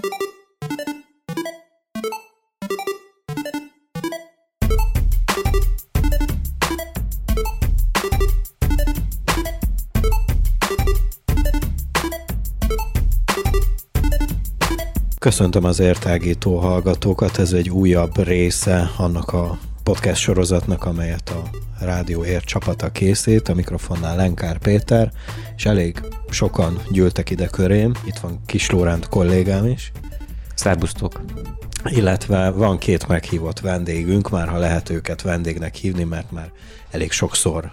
Köszöntöm az értágító hallgatókat, ez egy újabb része annak a podcast sorozatnak, amelyet a Rádió Ér csapata készít, a mikrofonnál Lenkár Péter, és elég sokan gyűltek ide körém, itt van Kis Lóránt kollégám is. Szerbusztok! Illetve van két meghívott vendégünk, már ha lehet őket vendégnek hívni, mert már elég sokszor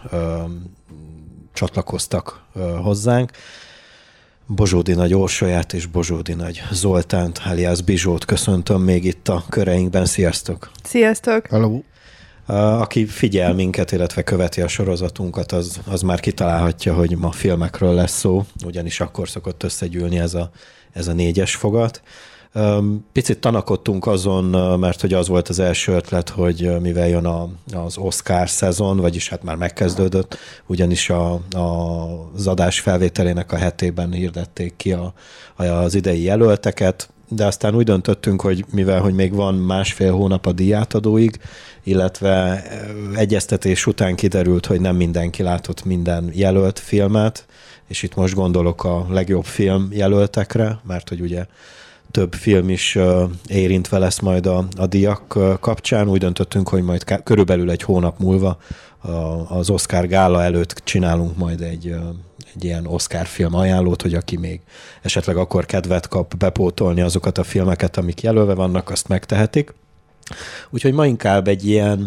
csatlakoztak hozzánk. Bozsódi Nagy Orsolyát és Bozsódi Nagy Zoltánt, alias Bizsót köszöntöm még itt a köreinkben. Sziasztok! Sziasztok! Hello! Aki figyel minket, illetve követi a sorozatunkat, az már kitalálhatja, hogy ma filmekről lesz szó, ugyanis akkor szokott összegyűlni ez a négyes fogat. Picit tanakodtunk azon, mert hogy az volt az első ötlet, hogy mivel jön az Oscar szezon, vagyis hát már megkezdődött, ugyanis az adás felvételének a hetében hirdették ki az idei jelölteket, de aztán úgy döntöttünk, hogy mivel hogy még van másfél hónap a díjátadóig, illetve egyeztetés után kiderült, hogy nem mindenki látott minden jelölt filmet, és itt most gondolok a legjobb film jelöltekre, mert hogy ugye több film is érintve lesz majd a díjak kapcsán. Úgy döntöttünk, hogy majd körülbelül egy hónap múlva az Oscar gála előtt csinálunk majd egy ilyen Oscar film ajánlót, hogy aki még esetleg akkor kedvet kap bepótolni azokat a filmeket, amik jelölve vannak, azt megtehetik. Úgyhogy ma inkább egy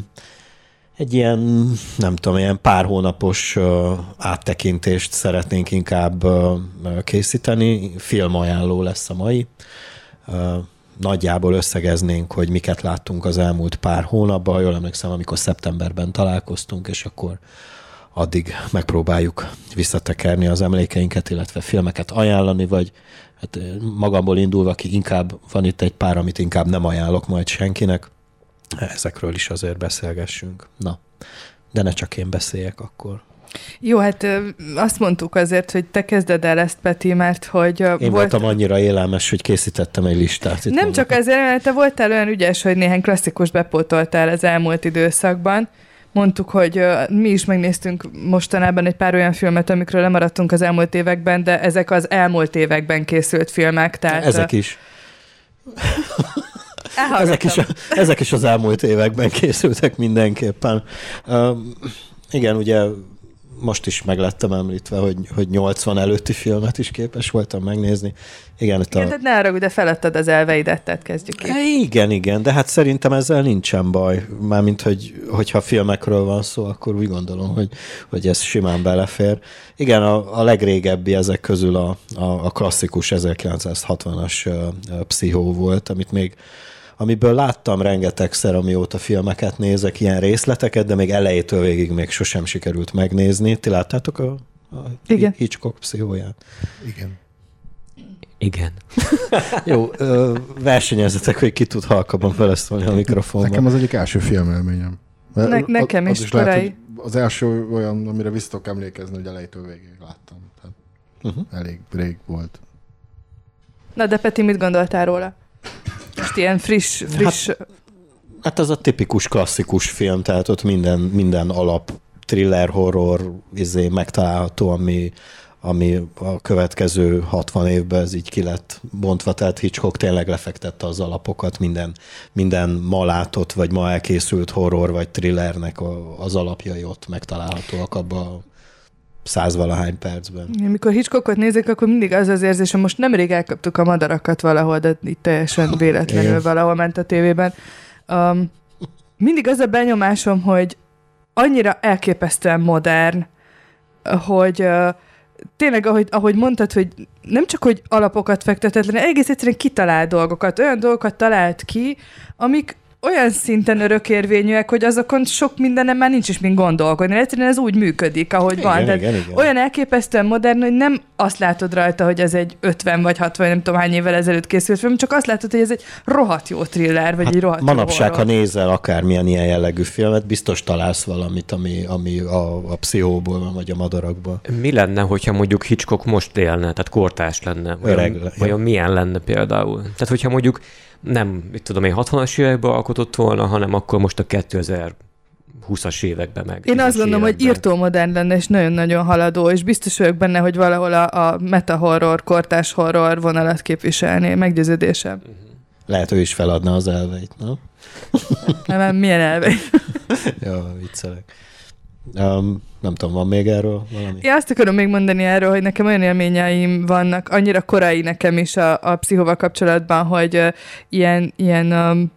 ilyen, nem tudom, ilyen pár hónapos áttekintést szeretnénk inkább készíteni. Filmajánló lesz a mai. Nagyjából összegeznénk, hogy miket láttunk az elmúlt pár hónapban. Ha jól emlékszem, amikor szeptemberben találkoztunk, és akkor addig megpróbáljuk visszatekerni az emlékeinket, illetve filmeket ajánlani, vagy hát magamból indulva ki inkább van itt egy pár, amit inkább nem ajánlok majd senkinek. Ezekről is azért beszélgessünk. Na, de ne csak én beszéljek akkor. Jó, hát azt mondtuk azért, hogy te kezded el ezt, Peti, mert hogy... Én voltam annyira élelmes, hogy készítettem egy listát. Nem csak ezért, mert te voltál olyan ügyes, hogy néhány klasszikust bepótoltál az elmúlt időszakban. Mondtuk, hogy mi is megnéztünk mostanában egy pár olyan filmet, amikről lemaradtunk az elmúlt években, de ezek az elmúlt években készült filmek. Tehát, ezek is. Ezek is az elmúlt években készültek mindenképpen. Igen, ugye most is meg lettem említve, hogy 80 előtti filmet is képes voltam megnézni. Igen, tehát ne arra, de feladtad az elveidet, tehát kezdjük ki. Igen, de hát szerintem ezzel nincsen baj. Mármint, hogyha filmekről van szó, akkor úgy gondolom, hogy ez simán belefér. Igen, a legrégebbi ezek közül a klasszikus 1960-as Pszichó volt, amiből láttam rengetegszer, amióta filmeket nézek, ilyen részleteket, de még elejétől végig még sosem sikerült megnézni. Ti láttátok a Hitchcock Pszichóját? Igen. Jó, versenyezzetek, hogy ki tud halkabban beleszólni a mikrofonba. Nekem az egyik első filmelményem. Nekem is korai. Lehet, az első olyan, amire visszatok emlékezni, hogy elejétől végig láttam. Tehát elég rég volt. Na de Peti, mit gondoltál róla? Most ilyen friss... Hát az a tipikus klasszikus film, tehát ott minden alap thriller, horror megtalálható, ami a következő 60 évben ez így ki lett bontva, tehát Hitchcock tényleg lefektette az alapokat, minden ma látott, vagy ma elkészült horror, vagy thrillernek az alapjai ott megtalálhatóak abban a 100-valahány percben. Amikor Hitchcockot nézek, akkor mindig az érzésem, most nemrég elkaptuk a madarakat valahol, de itt teljesen véletlenül valahol ment a tévében. Mindig az a benyomásom, hogy annyira elképesztően modern, hogy tényleg, ahogy mondtad, hogy nem csak, hogy alapokat fektetett le, egész egyszerűen kitalált dolgokat, olyan dolgokat talált ki, amik olyan szinten örökérvényűek, hogy azokon sok mindenem már nincs is mind gondolkodni. Egyszerűen ez úgy működik, ahogy van. Igen. Olyan elképesztően modern, hogy nem azt látod rajta, hogy ez egy 50 vagy 60, nem tudom hány évvel ezelőtt készült film, csak azt látod, hogy ez egy rohadt jó thriller, vagy egy rohadt jó manapság, horror. ha nézel akármilyen ilyen jellegű filmet, biztos találsz valamit, ami a pszichóból van, vagy a madarakból. Mi lenne, hogyha mondjuk Hitchcock most élne, tehát kortárs lenne? Vajon milyen lenne például? Tehát, hogyha mondjuk nem, mit tudom én, 60-as években alkotott volna, hanem akkor most a 2020-as években meg. Én azt gondolom, hogy írtó modern lenne, és nagyon-nagyon haladó, és biztos vagyok benne, hogy valahol a meta-horror, kortárs horror vonalat képviselné, meggyőződésem. Lehet, ő is feladna az elveit, nem? Nem, milyen elveit? Ja, viccelek. Nem tudom, van még erről valami? Én azt akarom még mondani erről, hogy nekem olyan élményeim vannak, annyira korai nekem is a pszichóval kapcsolatban, hogy ilyen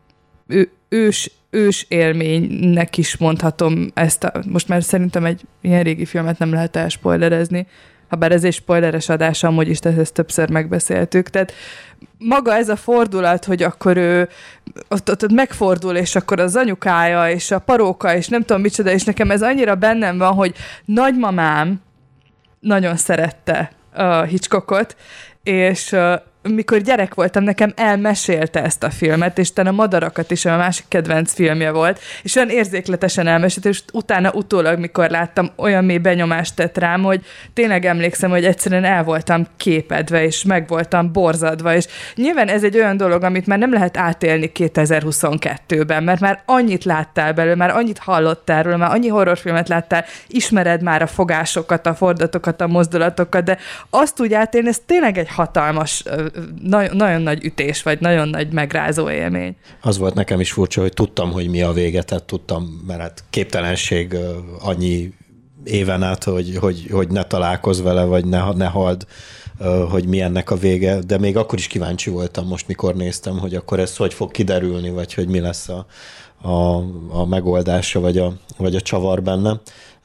ős élménynek is mondhatom ezt. Most már szerintem egy ilyen régi filmet nem lehet elspoilerezni, habár ez egy spoileres adás, amúgy is, tehát ezt többször megbeszéltük. Tehát maga ez a fordulat, hogy akkor ő ott megfordul, és akkor az anyukája, és a paróka, és nem tudom micsoda, és nekem ez annyira bennem van, hogy nagymamám nagyon szerette Hitchcockot, és mikor gyerek voltam, nekem elmesélte ezt a filmet, és utána Madarakat is, a másik kedvenc filmje volt, és olyan érzékletesen elmesélte, és utólag, mikor láttam, olyan mély benyomást tett rám, hogy tényleg emlékszem, hogy egyszerűen el voltam képedve, és meg voltam borzadva, és nyilván ez egy olyan dolog, amit már nem lehet átélni 2022-ben, mert már annyit láttál belőle, már annyit hallottál róla, már annyi horrorfilmet láttál, ismered már a fogásokat, a fordatokat, a mozdulatokat, de azt úgy átélni, ez tényleg egy hatalmas nagyon nagy ütés, vagy nagyon nagy megrázó élmény. Az volt nekem is furcsa, hogy tudtam, hogy mi a vége, tehát tudtam, mert hát képtelenség annyi éven át, hogy ne találkozz vele, vagy ne halld, hogy mi ennek a vége, de még akkor is kíváncsi voltam most, mikor néztem, hogy akkor ez hogy fog kiderülni, vagy hogy mi lesz a megoldása, vagy a csavar benne.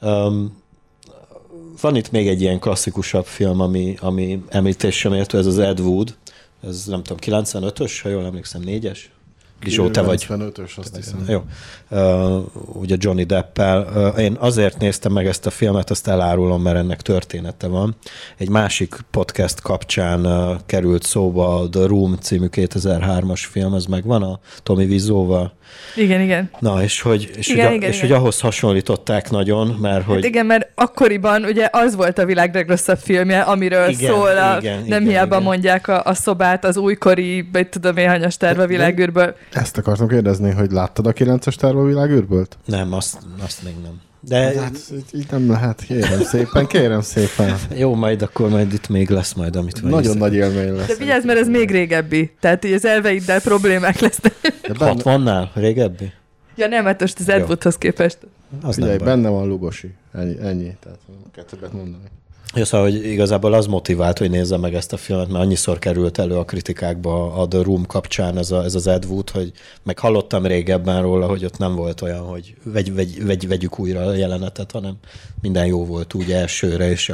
Van itt még egy ilyen klasszikusabb film, ami említésre méltó, ez az Ed Wood. Ez nem tudom, 95-ös, ha jól emlékszem, 4-es? Gizsó, te vagy. 95-ös, azt hiszem. Jó. Ugye Johnny Deppel. Én azért néztem meg ezt a filmet, azt elárulom, mert ennek története van. Egy másik podcast kapcsán került szóba a The Room című 2003-as film, az megvan a Tommy Wiseauval. Igen. Na, és hogy ahhoz hasonlították nagyon, mert hogy... Hát igen, mert akkoriban ugye az volt a világ legrosszabb filmje, amiről szól, nem hiába mondják a szobát, az újkori, vagy tudom én, hanyas terv a világűrből. Ezt akartam kérdezni, hogy láttad a 9-es terv a világűrből? Nem, azt még nem. De hát így nem lehet, kérem szépen. Jó, majd itt még lesz majd, amit vagy. Nagyon nagy élmény lesz. De vigyázz, mert ez még régebbi. Tehát így az elveiddel problémák lesznek. 60-nál régebbi? Ja nem, hát most az Ed Woodhoz képest. Figyelj, benne van Lugosi. Ennyi. Tehát kell többet mondani. Ja, szóval, hogy igazából az motivált, hogy nézzem meg ezt a filmet, mert annyiszor került elő a kritikákba a The Room kapcsán ez az Ed Wood, hogy meg hallottam régebben róla, hogy ott nem volt olyan, hogy vegyük újra a jelenetet, hanem minden jó volt úgy elsőre, és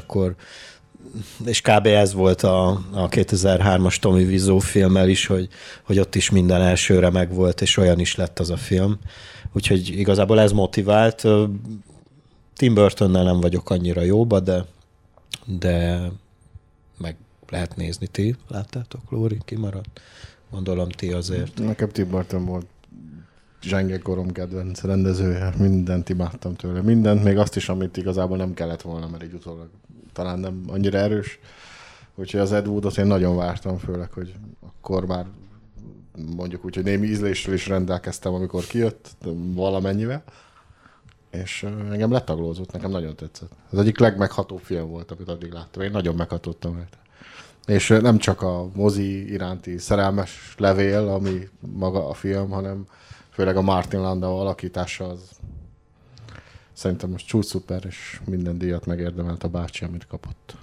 kb. Ez volt a 2003-as Tommy Wiseau filmmel is, hogy ott is minden elsőre megvolt, és olyan is lett az a film. Úgyhogy igazából ez motivált. Tim Burtonnel nem vagyok annyira jóba, de meg lehet nézni. Ti láttátok, Lóri? Kimaradt? Gondolom ti azért. Nekem Tim Burton volt zsenge korom kedvenc rendezője. Mindent imádtam tőle. Mindent, még azt is, amit igazából nem kellett volna, mert így utólag talán nem annyira erős. Úgyhogy az Ed Woodot én nagyon vártam, főleg, hogy akkor már mondjuk úgy, hogy némi ízléssel is rendelkeztem, amikor kijött valamennyivel. És engem letaglózott, nekem nagyon tetszett. Az egyik legmeghatóbb film volt, amit addig láttam. Én nagyon meghatottam rajta. És nem csak a mozi iránti szerelmes levél, ami maga a film, hanem főleg a Martin Landau alakítása az szerintem most csúcs szuper, és minden díjat megérdemelt a bácsi, amit kapott.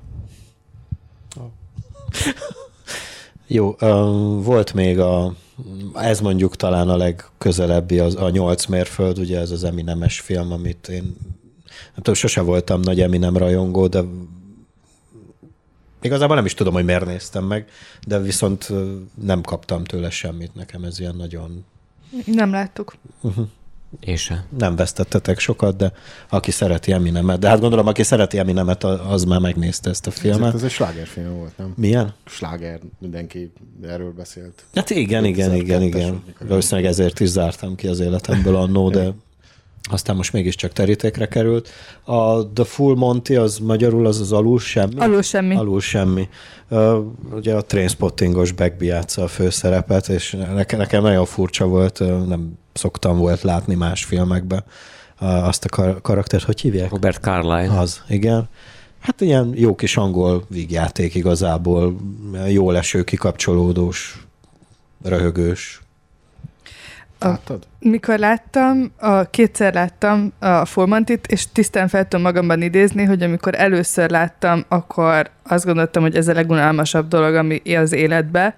Jó, volt még ez mondjuk talán a legközelebbi, a 8 mérföld, ugye ez az Eminemes film, amit én nem tudom, sose voltam nagy Eminem rajongó, de igazából nem is tudom, hogy miért néztem meg, de viszont nem kaptam tőle semmit, nekem ez ilyen nagyon Nem láttuk. Én sem. Nem vesztettetek sokat, de aki szereti Eminemet, de hát gondolom, aki szereti Eminemet, az már megnézte ezt a filmet. Ez egy slágerfilm volt, nem? Milyen? Sláger, mindenki erről beszélt. Hát igen. Valószínűleg ezért is zártam ki az életemből annó, de aztán most mégiscsak terítékre került. A The Full Monty, az magyarul az alul semmi? Alul semmi. Ugye a Trainspottingos Begbie játsza a főszerepet, és nekem nagyon furcsa volt, nem szoktam volt látni más filmekben azt a karaktert, hogy hívják? Robert Carlyle. Az, igen. Hát ilyen jó kis angol vígjáték igazából, jó leső, kikapcsolódós, röhögős. Láttad? Mikor láttam, kétszer láttam a Full Monty-t, és tisztán fel tudom magamban idézni, hogy amikor először láttam, akkor azt gondoltam, hogy ez a legunalmasabb dolog, ami az életbe.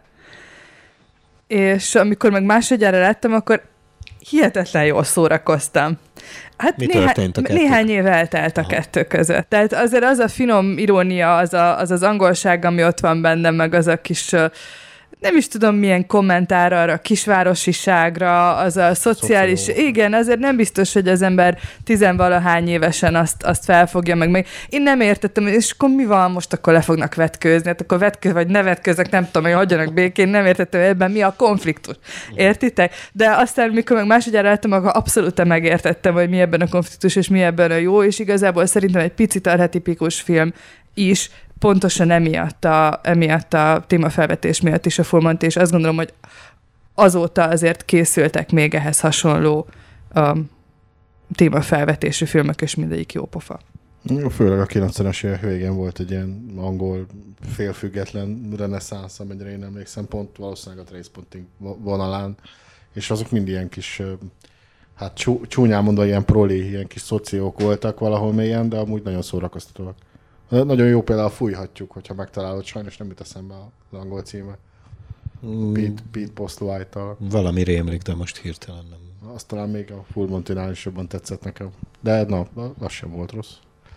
És amikor meg másodjára láttam, akkor hihetetlen jól szórakoztam. Hát mi történt a kettő? Néhány év eltelt a kettő között. Tehát azért az a finom irónia, az angolság, ami ott van bennem, meg az a kis... nem is tudom milyen kommentár arra a kisvárosiságra, az a szociális... Igen, azért nem biztos, hogy az ember tizenvalahány évesen azt felfogja meg. Én nem értettem, és akkor mi van, most akkor le fognak vetkőzni, hát akkor vagy ne vetkőznek, nem tudom, hogy hagyjanak békén, nem értettem, hogy ebben mi a konfliktus. Értitek? De aztán, mikor meg másodjára láttam, akkor abszolút megértettem, hogy mi ebben a konfliktus, és mi ebben a jó, és igazából szerintem egy picit archetipikus film is, pontosan emiatt a témafelvetés miatt is a Full Monty, és azt gondolom, hogy azóta azért készültek még ehhez hasonló témafelvetésű filmek, és mindegyik jó pofa. Főleg a 90-es évek végén volt egy ilyen angol félfüggetlen reneszánsz, amennyire én emlékszem, pont valószínűleg a Trainspotting vonalán, és azok mind ilyen kis, hát csúnyán mondva ilyen proli, ilyen kis szociók voltak valahol mélyen, de amúgy nagyon szórakoztatóak. Nagyon jó például Fújhatjuk, hogyha megtalálod, sajnos nem jut eszembe az angol címe. Pete Postlewaite-tal. Valami rémlik, de most hirtelen nem. Azt talán még a Full Monty-nál is jobban tetszett nekem. De az sem volt rossz.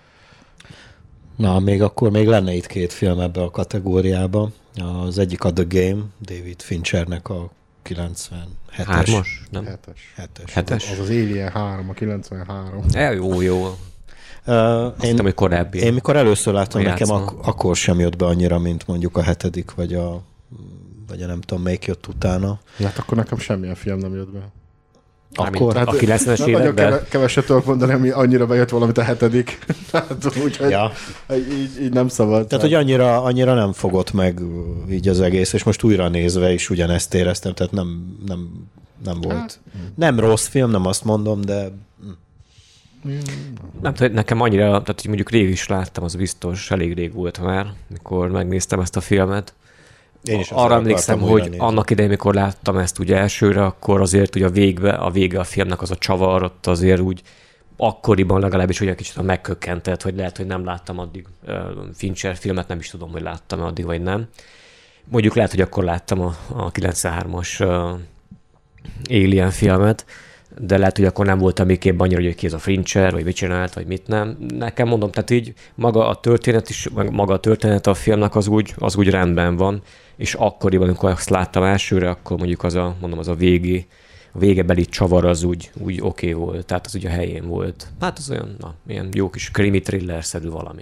Na, még lenne itt két film ebbe a kategóriában. Az egyik a The Game, David Finchernek a 97-es. 3-as, nem? 7-es. Az Alien 3, a 93. Jó. Azt hogy korábbi. Én mikor először láttam, nekem akkor sem jött be annyira, mint mondjuk a 7. vagy a nem tudom, melyik jött utána. Hát akkor nekem semmilyen film nem jött be. Akkor a 90-es években. Nagyon keveset tudok mondani, ami annyira bejött valamit a 7. Úgyhogy így nem szabad. Tehát, hogy annyira nem fogott meg így az egész, és most újra nézve is ugyanezt éreztem, tehát nem volt. Nem rossz film, nem azt mondom, de... Nem tudom, nekem annyira, tehát hogy mondjuk rég is láttam, az biztos, elég rég volt már, mikor megnéztem ezt a filmet. Én is arra emlékszem, hogy annak idején, mikor láttam ezt ugye elsőre, akkor azért ugye a vége a filmnek az a csavar, ott azért úgy akkoriban legalábbis olyan kicsit megkökkentett, hogy lehet, hogy nem láttam addig Fincher filmet, nem is tudom, hogy láttam addig, vagy nem. Mondjuk lehet, hogy akkor láttam a 93-as Alien filmet, de lehet, hogy akkor nem voltam még képben annyira, hogy ki ez a Fincher, vagy mit csinált, vagy mit nem. Nekem mondom, tehát így maga a történet is, maga a történet a filmnek az úgy rendben van, és akkoriban, amikor azt láttam elsőre, akkor mondjuk az a végebeli csavar az úgy oké volt, tehát az ugye a helyén volt. Hát az olyan, ilyen jó kis krimi thriller-szerű valami.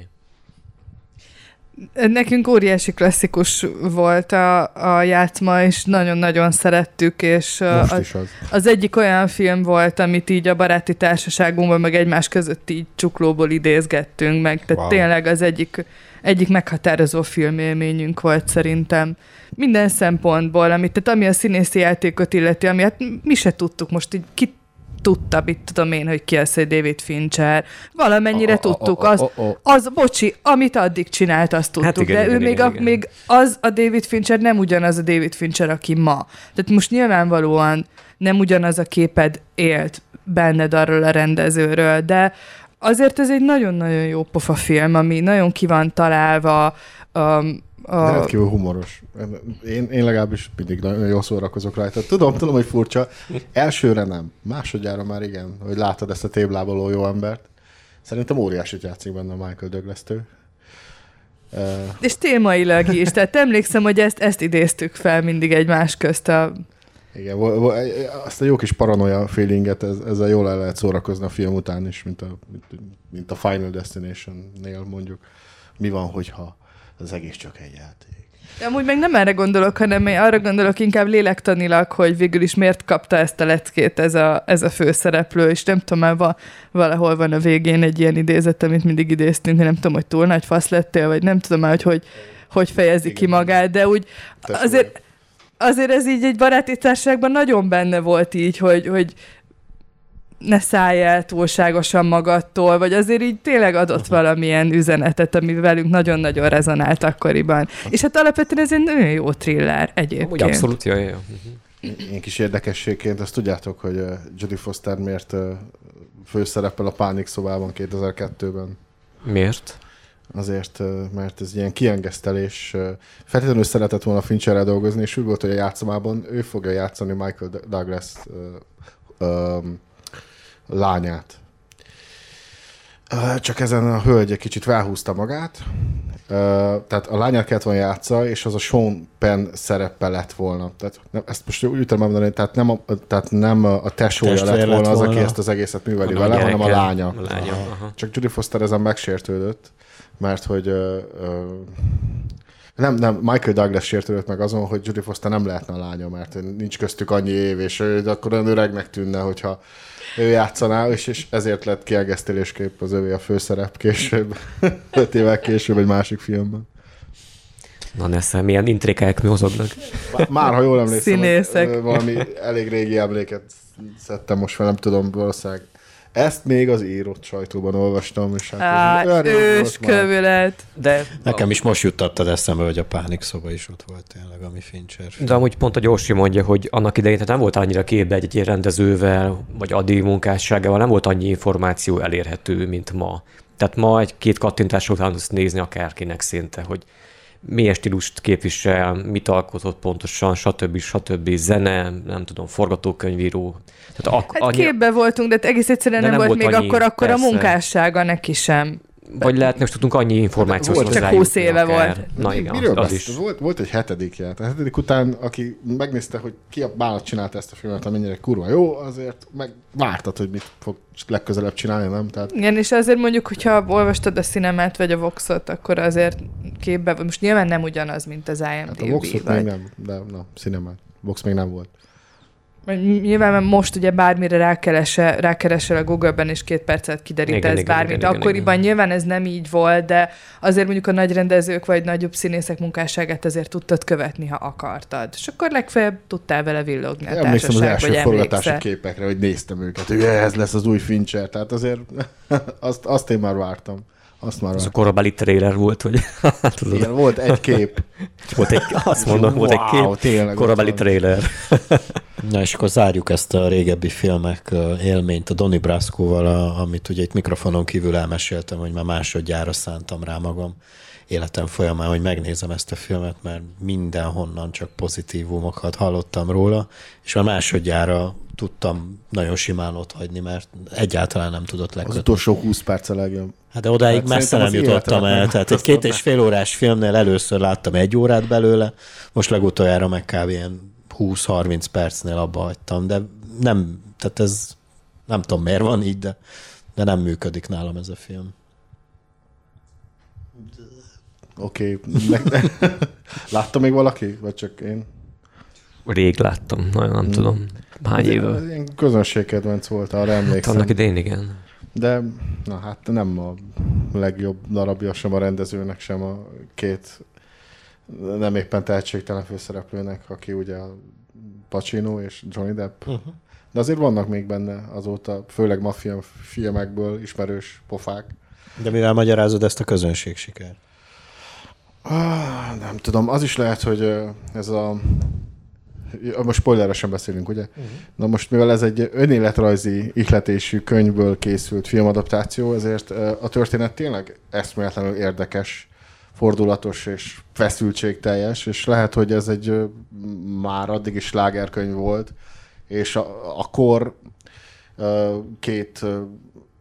Nekünk óriási klasszikus volt a játszma, és nagyon-nagyon szerettük, és az egyik olyan film volt, amit így a baráti társaságunkban, meg egymás között így csuklóból idézgettünk meg, tehát tényleg az egyik meghatározó filmélményünk volt szerintem. Minden szempontból, ami a színészi játékot illeti, ami hát mi se tudtuk most így tudta, mit tudom én, hogy ki az, hogy David Fincher. Valamennyire tudtuk. Bocsi, amit addig csinált, azt tudtuk. Hát igen, de ő még az a David Fincher nem ugyanaz a David Fincher, aki ma. Tehát most nyilvánvalóan nem ugyanaz a képed élt benned arról a rendezőről, de azért ez egy nagyon-nagyon jó pofa film, ami nagyon ki van találva, rendkívül humoros. Én legalábbis mindig nagyon jól szórakozok rajta. Tudom, hogy furcsa. Elsőre nem. Másodjára már igen, hogy látod ezt a tébláboló jó embert. Szerintem óriásit játszik benne a Michael Douglas-től. És témailag is. Tehát emlékszem, hogy ezt idéztük fel mindig egymás közt Igen, azt a jó kis paranoia feelinget, ezzel jól el lehet szórakozni a film után is, mint a Final Destination-nél mondjuk. Mi van, hogyha az egész csak egy játék? De amúgy meg nem erre gondolok, hanem arra gondolok inkább lélektanilag, hogy végül is miért kapta ezt a leckét ez a főszereplő, és nem tudom, már valahol van a végén egy ilyen idézet, amit mindig idéztünk, nem tudom, hogy túl nagy fasz lettél, vagy nem tudom már, hogy fejezi ki magát, de úgy azért ez így egy baráti társaságban nagyon benne volt így, hogy ne szállj el túlságosan magadtól, vagy azért így tényleg adott valamilyen üzenetet, ami velünk nagyon-nagyon rezonált akkoriban. És hát alapvetően ez egy nagyon jó thriller egyébként. Úgy abszolút, jó. Ilyen kis érdekességként azt tudjátok, hogy Jodie Foster miért főszerepel a Pánik szobában 2002-ben? Miért? Azért, mert ez ilyen kiengesztelés. Feltétlenül szeretett volna Fincherrel dolgozni, és úgy volt, hogy a játszomában ő fogja játszani Michael Douglas lányát. Csak ezen a hölgy egy kicsit felhúzta magát, tehát a lányát kellett volna játsza, és az a Sean Penn szerepe lett volna. Tehát ezt most úgy tudom mondani, tehát nem a tesója lett volna az, aki ezt az egészet műveli vele, hanem a lánya. Csak Jodie Foster ezen megsértődött, mert hogy nem, Michael Douglas sértődött meg azon, hogy Jodie Foster nem lehetne a lánya, mert nincs köztük annyi év, és akkor olyan öregnek tűnne, hogyha ő játszaná, és ezért lett kiegesztélésképp az övé a főszerep később, 5 évvel később egy másik filmben. Na Nessel, milyen intrikák mozognak. Már, ha jól emlékszem, Színészek. Valami elég régi emléket szedtem most fel, nem tudom, valószínűleg. Ezt még az írott sajtóban olvastam, és hát őskövület. De nekem is most juttattad eszembe, hogy a Pánik szoba is ott volt tényleg, ami Fincher. De amúgy pont a Gyorsi mondja, hogy annak idején nem volt annyira képbe egy rendezővel, vagy addig munkásságával, nem volt annyi információ elérhető, mint ma. Tehát ma egy-két kattintás után tudsz nézni akárkinek szinte, hogy milyen stílust képvisel, mit alkotott pontosan, stb. Zene, nem tudom, forgatókönyvíró. Tehát képbe voltunk, de egész egyszerűen nem volt még annyi, akkor a munkássága neki sem. Vagy lehet, most tudtunk annyi információt hozzájutni. Csak 20 éve volt. Na igen, miről az is. Volt egy hetedikje. A hetedik után, aki megnézte, hogy ki a bánat csinálta ezt a filmet, amennyire kurva jó, azért meg vártad, hogy mit fog legközelebb csinálni, nem? Tehát... Igen, és azért mondjuk, hogyha olvastad a Cinemát vagy a Voxot, akkor azért képbe, most nyilván nem ugyanaz, mint az IMDb. Hát a Voxot még nem, de Cinemát. Vox még nem volt. Nyilván most ugye bármire rákeresel a Google-ben, és 2 percet kiderítesz bármit. Akkoriban nyilván ez nem így volt, de azért mondjuk a nagy rendezők vagy nagyobb színészek munkásságát azért tudtad követni, ha akartad. És akkor legfeljebb tudtál vele villogni a társaság, emlékszem az első forgatási képekre, hogy néztem őket, hogy ez lesz az új Fincher. Tehát azért azt én már vártam. Ez a korabeli trailer volt, hogy... Igen, volt egy kép. Azt mondom, volt egy kép. Tényleg korabeli trailer. Na és akkor zárjuk ezt a régebbi filmek élményt a Donnie Brasco-val, amit ugye itt mikrofonon kívül elmeséltem, hogy már másodjára szántam rá magam életem folyamán, hogy megnézem ezt a filmet, mert mindenhonnan csak pozitívumokat hallottam róla, és már másodjára tudtam nagyon simán otthagyni, mert egyáltalán nem tudott lekötni. Az utolsó 20 perc a legjobb. Hát de odáig hát messze nem jutottam el. Tehát egy 2,5 órás filmnél először láttam 1 órát belőle, most legutoljára meg kb. Ilyen 20-30 percnél abba hagytam, de nem, tehát ez nem tudom miért van így, de nem működik nálam ez a film. Oké. Látta még valaki? Vagy csak én? Rég láttam, nagyon nem tudom. Hány éve? Ilyen közönségkedvenc volt, arra emlékszem. Annak idején igen. De na hát nem a legjobb darabja sem a rendezőnek, sem a 2 nem éppen tehetségtelen főszereplőnek, aki ugye Pacino és Johnny Depp. Uh-huh. De azért vannak még benne azóta, főleg maffia filmekből ismerős pofák. De mivel magyarázod ezt a közönség sikert? Nem tudom, az is lehet, hogy ez a... Most spoilerre sem beszélünk, ugye? Uh-huh. Na most, mivel ez egy önéletrajzi ihletésű könyvből készült filmadaptáció, ezért a történet tényleg eszméletlenül érdekes, fordulatos és feszültségteljes, és lehet, hogy ez egy már addig is slágerkönyv volt, és a kor 2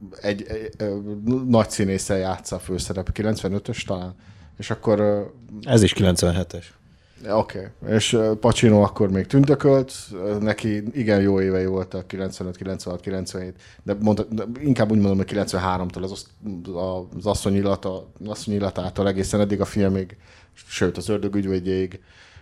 nagy színésszel játsza a főszerep, 95-ös talán, és akkor... Ez is 97-es. Oké. És Pacino akkor még tündökölt, neki igen jó évei voltak, 95, 96, 97, de inkább úgy mondom, hogy 93-tól az asszony illatától egészen eddig a filmig, sőt az Ördög ügyvédjéig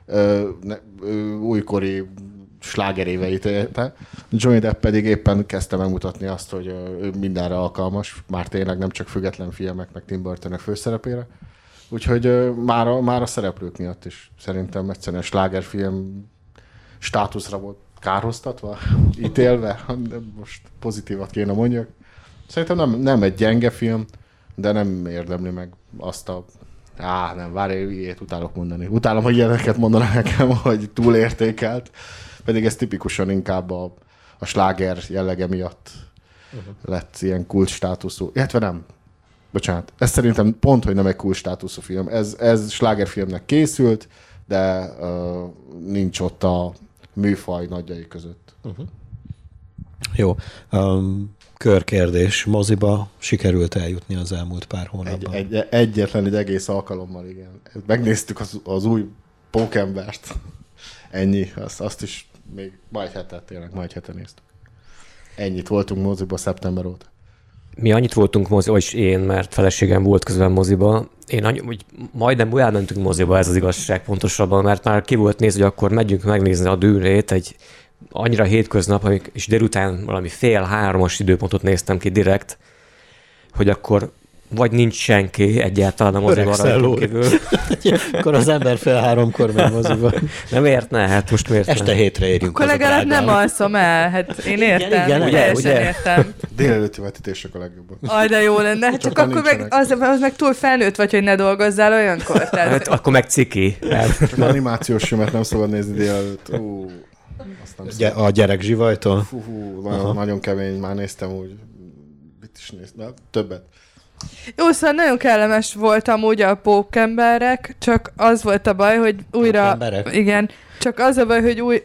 újkori slágeréveit élte. Johnny Depp pedig éppen kezdte megmutatni azt, hogy ő mindenre alkalmas, már tényleg nem csak független filmek, meg Tim Burton-nek főszerepére. Úgyhogy már a szereplők miatt is szerintem egyszerűen slágerfilm státuszra volt kárhoztatva, ítélve, most pozitívat kéne mondjak. Szerintem nem egy gyenge film, de nem érdemli meg azt várj, ilyet utálok mondani. Utálom, hogy ilyeneket mondanak nekem, hogy túlértékelt, pedig ez tipikusan inkább a sláger jellege miatt lett ilyen kult státuszú. Illetve nem. Bocsánat, ez szerintem pont, hogy nem egy kult státuszú film. Ez slágerfilmnek készült, de nincs ott a műfaj nagyjai között. Jó. Körkérdés. Moziba sikerült eljutni az elmúlt pár hónapban? Egyetlen egy egész alkalommal, igen. Megnéztük az új Pókembert. Ennyi. Azt is még majd hete néztük. Ennyit voltunk moziba szeptember óta. Mi annyit voltunk moziba, és én, mert feleségem volt közben moziba. Majdnem elmentünk moziba, ez az igazság pontosabban, mert már ki volt néz, hogy akkor megyünk megnézni a Dűnét, egy annyira hétköznap, és délután valami 2:30 időpontot néztem ki direkt, hogy akkor vagy nincs senki egyáltalán a moziban rajtunk kívül. Akkor az ember 2:30 megy moziba. Nem értne, hát most miért Este 7-re érjünk. Akkor legalább nem alszom el, hát én értem, igen, teljesen értem. Délelőtti vetítések a legjobbak. Aj, de jó lenne, hát csak akkor meg, az meg túl felnőtt vagy, hogy ne dolgozzál olyankor. Tehát... Hát, akkor meg ciki. Csak animációs filmet nem szabad nézni délelőtt. A gyerek zsivajtól? Nagyon kemény, már néztem úgy. Mit is néztem? Többet. Jó, szóval nagyon kellemes volt amúgy a Pókemberek, csak az volt a baj, hogy újra... Igen, csak az a baj, hogy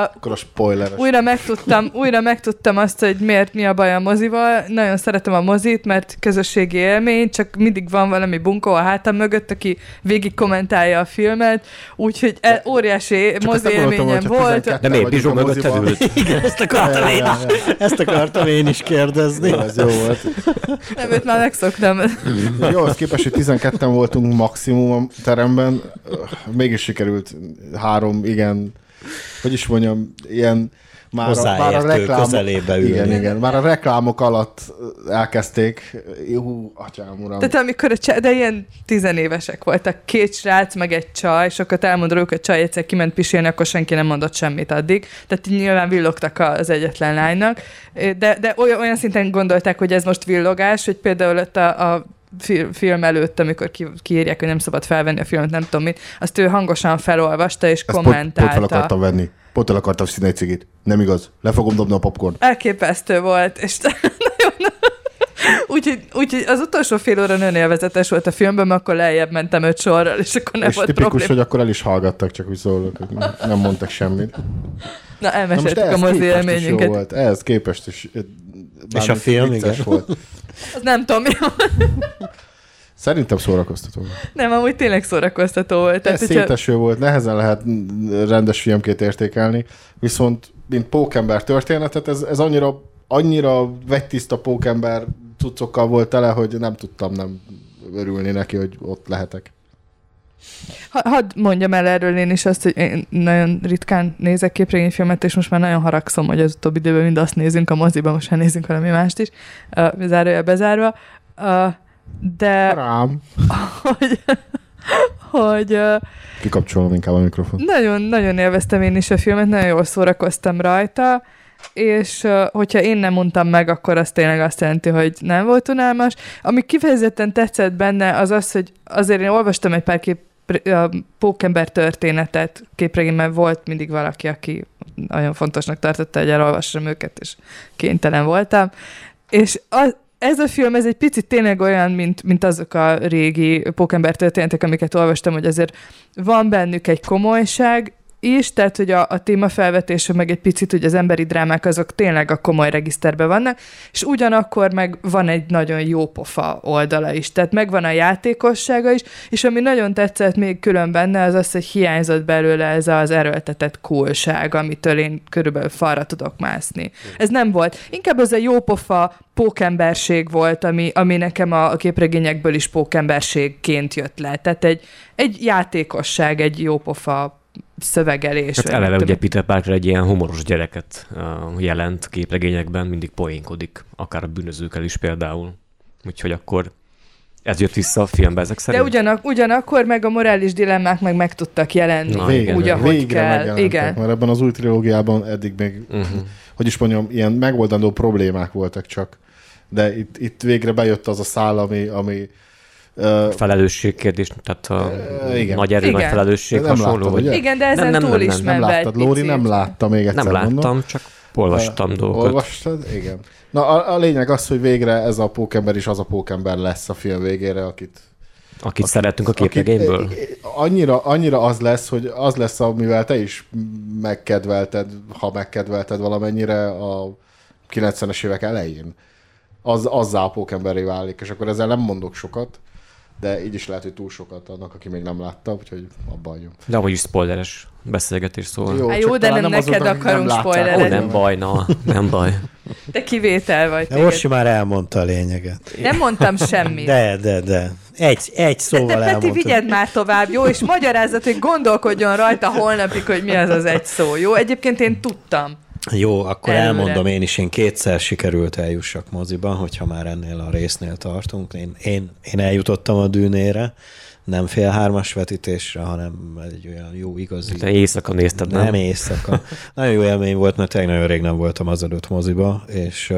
újra megtudtam azt, hogy mi a baj a mozival. Nagyon szeretem a mozit, mert közösségi élmény, csak mindig van valami bunkó a hátam mögött, aki végig kommentálja a filmet, úgyhogy óriási mozi élményem volt. De miért Bizsó mögött ült? Igen, ezt akartam én is kérdezni. Ez jó volt. Nem, őt már megszoktam. Jó, az képest, hogy 12-en voltunk maximum a teremben, mégis sikerült 3, igen, hogy is mondjam, ilyen már a reklám közelébe ülni. Igen, már a reklámok alatt elkezdték. Atyám, uram. Tehát amikor de ilyen 10 évesek voltak, 2 srác, meg egy csaj, és akkor elmondom ők, hogy a csaj egyszer kiment pisilni, akkor senki nem mondott semmit addig. Tehát nyilván villogtak az egyetlen lánynak. De olyan szinten gondolták, hogy ez most villogás, hogy például ott a film előtt, amikor kiírják, hogy nem szabad felvenni a filmet, nem tudom mit, azt ő hangosan felolvasta és kommentálta. Pont fel akartam venni. Pont el akartam színi egy cigit. Nem igaz. Le fogom dobni a popcorn. Elképesztő volt, és nagyon... Úgyhogy az utolsó fél óra nagyon élvezetes volt a filmben, mert akkor lejjebb mentem 5 sorral, és akkor nem és volt tipikus, problém. hogy akkor el is hallgattak, csak úgy szólok, hogy nem mondtak semmit. Na, elmeséltük a mozi élményünket. Ehhez képest is. És a film, igen. Volt. Az nem tudom, mi Szerintem szórakoztató volt. Nem, amúgy tényleg szórakoztató volt. Ez széteső volt, nehezen lehet rendes filmként értékelni, viszont mint Pókember történetet, ez annyira vegytiszta Pókember cuccokkal volt tele, hogy nem tudtam nem örülni neki, hogy ott lehetek. Hadd mondjam el erről én is azt, hogy én nagyon ritkán nézek képregényfilmet, és most már nagyon haragszom, hogy az utóbbi időben mind azt nézünk a moziban, most már nézzünk valami mást is, zárójel bezárva. De... Rám. hogy kikapcsolom inkább a mikrofon. Nagyon élveztem én is a filmet, nagyon jól szórakoztam rajta, és hogyha én nem mondtam meg, akkor az tényleg azt jelenti, hogy nem volt unalmas. Ami kifejezetten tetszett benne, az az, hogy azért én olvastam egy pár Pókember történetet képregényben, volt mindig valaki, aki nagyon fontosnak tartotta, hogy elolvassam őket, és kénytelen voltam. És ez a film, ez egy picit tényleg olyan, mint azok a régi Pókember történetek, amiket olvastam, hogy azért van bennük egy komolyság, is, tehát hogy a témafelvetése meg egy picit, hogy az emberi drámák azok tényleg a komoly regiszterben vannak, és ugyanakkor meg van egy nagyon jó pofa oldala is, tehát megvan a játékossága is, és ami nagyon tetszett még külön benne, az az, hogy hiányzott belőle ez az erőltetett coolság, amitől én körülbelül falra tudok mászni. Ez nem volt. Inkább az a jó pofa pókemberség volt, ami nekem a képregényekből is pókemberségként jött le. Tehát egy játékosság, egy jópofa szövegelés. Hát eleve ugye Peter Parker egy ilyen humoros gyereket jelent képregényekben, mindig poénkodik, akár a bűnözőkkel is például. Úgyhogy akkor ez jött vissza a filmbe ezek szerint. De ugyanakkor meg a morális dilemmák meg tudtak jelenni. Úgy, ahogy kell. Igen. Mert ebben az új trilógiában eddig még, hogy is mondjam, ilyen megoldandó problémák voltak csak. De itt végre bejött az a szál, ami felelősségkérdés, tehát a nagy erő, nagy felelősség hasonló. Láttad, igen, de ezen túl is nem láttad, Lóri, nem látta még egyszer. Nem láttam, mondom. Csak olvastam dolgokat. Olvastad? Igen. Na a lényeg az, hogy végre ez a pókember is az a pókember lesz a film végére, akit szeretünk a képregényből. Annyira az lesz, hogy az lesz, amivel te is megkedvelted valamennyire a 90-es évek elején. Azzá a pókemberré válik, és akkor ezzel nem mondok sokat, de így is lehet, hogy túl sokat annak, aki még nem látta, úgyhogy abba hagyom. De amúgy is spoileres beszélgetés szól. Jó, de nem neked akarunk spoilerezni. Nem baj, nem baj. Te kivétel vagy. Orsi már elmondta a lényeget. Nem mondtam semmit. De. Egy szóval elmondtad. Peti, vigyed már tovább, jó? És magyarázat, hogy gondolkodjon rajta holnapig, hogy mi az az egy szó, jó? Egyébként én tudtam. Jó, akkor elmondom én is, én 2-szer sikerült eljussak moziban, hogyha már ennél a résznél tartunk. Én eljutottam a Dűnére, nem fél 3-as vetítésre, hanem egy olyan jó igazi... Te éjszaka nézted, nem? Nem éjszaka. Nagyon jó élmény volt, mert tényleg nagyon rég nem voltam azelőtt moziba, és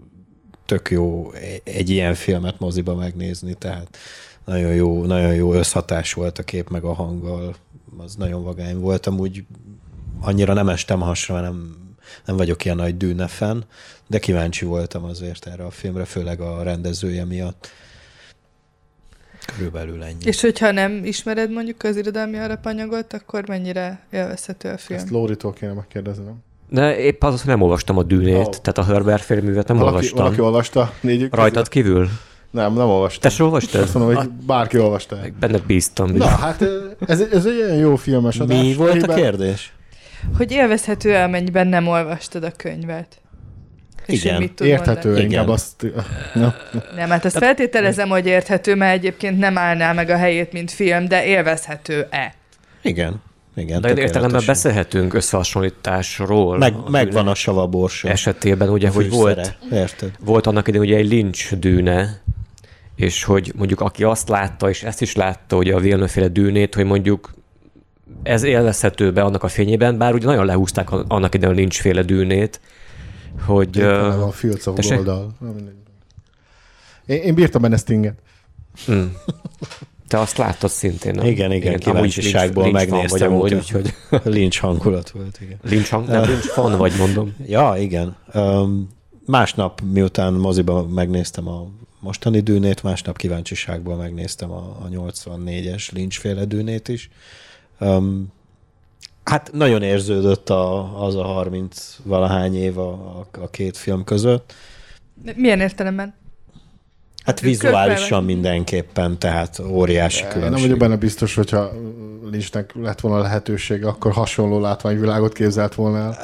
tök jó egy ilyen filmet moziba megnézni, tehát nagyon jó összhatás volt a kép meg a hanggal, az nagyon vagány volt, amúgy annyira nem estem hasra, nem vagyok ilyen nagy Dűne-fan, de kíváncsi voltam azért erre a filmre, főleg a rendezője miatt. Körülbelül ennyi. És hogyha nem ismered mondjuk az irodalmi alapanyagot, akkor mennyire élvezhető a film? Ezt Lóritól kéne megkérdezni, nem? De épp az, hogy nem olvastam a Dűnét, tehát a Herbert filmművet nem olvastam. Valaki olvasta? Rajtad kívül? Nem olvastam. Te se olvastad? Azt mondom, hogy bárki olvasta. Benned bíztam. Na, hát ez egy ilyen jó filmes adás. Mi volt a kérdés? Hogy élvezhető, amennyiben nem olvastad a könyvet. Igen, érthető, inkább azt... Nem, hát azt feltételezem, hogy érthető, mert egyébként nem állná meg a helyét, mint film, de élvezhető-e? Igen. De értelemben beszélhetünk összehasonlításról. Megvan a savaborsa. Esetében ugye, hogy volt annak idején ugye egy Lynch Dűne, és hogy mondjuk aki azt látta, és ezt is látta, hogy a Villeneuve-féle Dűnét, hogy mondjuk ez élvezhető be annak a fényében, bár ugye nagyon lehúzták annak idején a Lynch-féle Dűnét, hogy... A Fields of Gold-dal. Én bírtam benne Stinget. Te azt láttad szintén, nem? Igen, kíváncsiságból megnéztem, úgyhogy Lynch hangulat volt. Igen. Lynch fan vagy, mondom. Ja, igen. Másnap, miután moziba megnéztem a mostani Dűnét, másnap kíváncsiságból megnéztem a 84-es Lynch-féle Dűnét is. Hát nagyon érződött az a 30-valahány év a két film között. Milyen értelemben? Hát vizuálisan mindenképpen, tehát óriási különbség. Nem vagyok benne biztos, hogyha Lynchnek lett volna lehetősége, akkor hasonló látványvilágot képzelt volna el.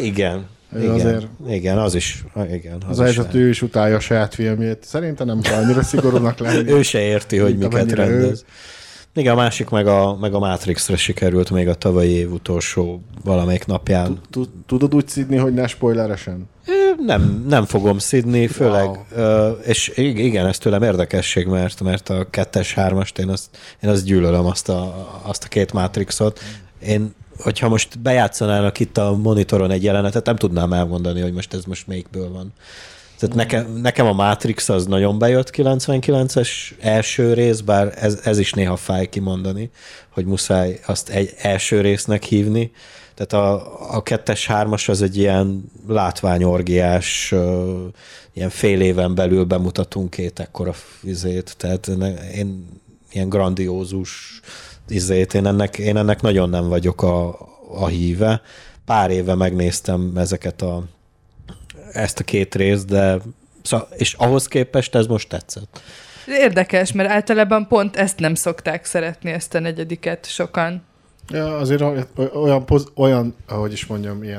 Igen, az is. Igen, az helyzet, ő is utálja a saját filmjét. Szerintem nem kell annyira szigorúnak lenni. Ő se érti, hogy miket rendez. Igen, a másik meg a Matrixra sikerült még a tavalyi év utolsó valamelyik napján. Tudod úgy szidni, hogy ne spoileresen? Nem fogom szidni, főleg, és igen, ez tőlem érdekesség, mert a 2-es, 3-ast én azt gyűlölöm, azt a két Matrixot. Hogyha most bejátszanának itt a monitoron egy jelenetet, nem tudnám elmondani, hogy most ez melyikből van. Tehát nekem a Matrix az nagyon bejött 99-es első rész, bár ez is néha fáj kimondani, hogy muszáj azt egy első résznek hívni. Tehát a 2-es, 3-as az egy ilyen látványorgiás, ilyen fél éven belül bemutatunk két ekkora izét, tehát én ilyen grandiózus izét, én ennek nagyon nem vagyok a híve. Pár éve megnéztem ezt a két részt, de és ahhoz képest ez most tetszett. Érdekes, mert általában pont ezt nem szokták szeretni, ezt a negyediket sokan. Ja, azért olyan ahogy is mondjam, ilyen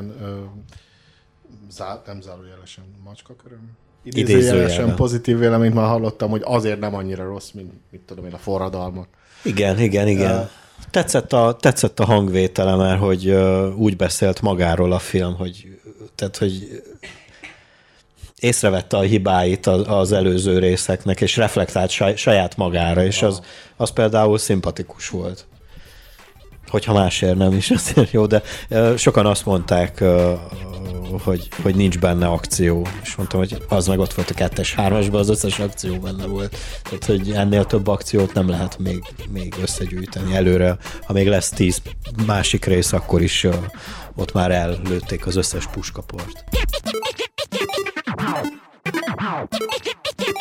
nem zárójelesen macskaköröm. Idézőjelesen pozitív véleményt már hallottam, hogy azért nem annyira rossz, mint mit tudom én, a forradalmak. Igen. Tetszett a hangvétele, mert hogy úgy beszélt magáról a film, hogy észrevette a hibáit az előző részeknek, és reflektált saját magára, és az például szimpatikus volt. Hogyha másért nem is, azért jó, de sokan azt mondták, hogy nincs benne akció, és mondtam, hogy az meg ott volt a 2-es, 3-asban, az összes akció benne volt. Tehát, hogy ennél több akciót nem lehet még összegyűjteni előre. Ha még lesz 10 másik rész, akkor is ott már ellőtték az összes puskaport.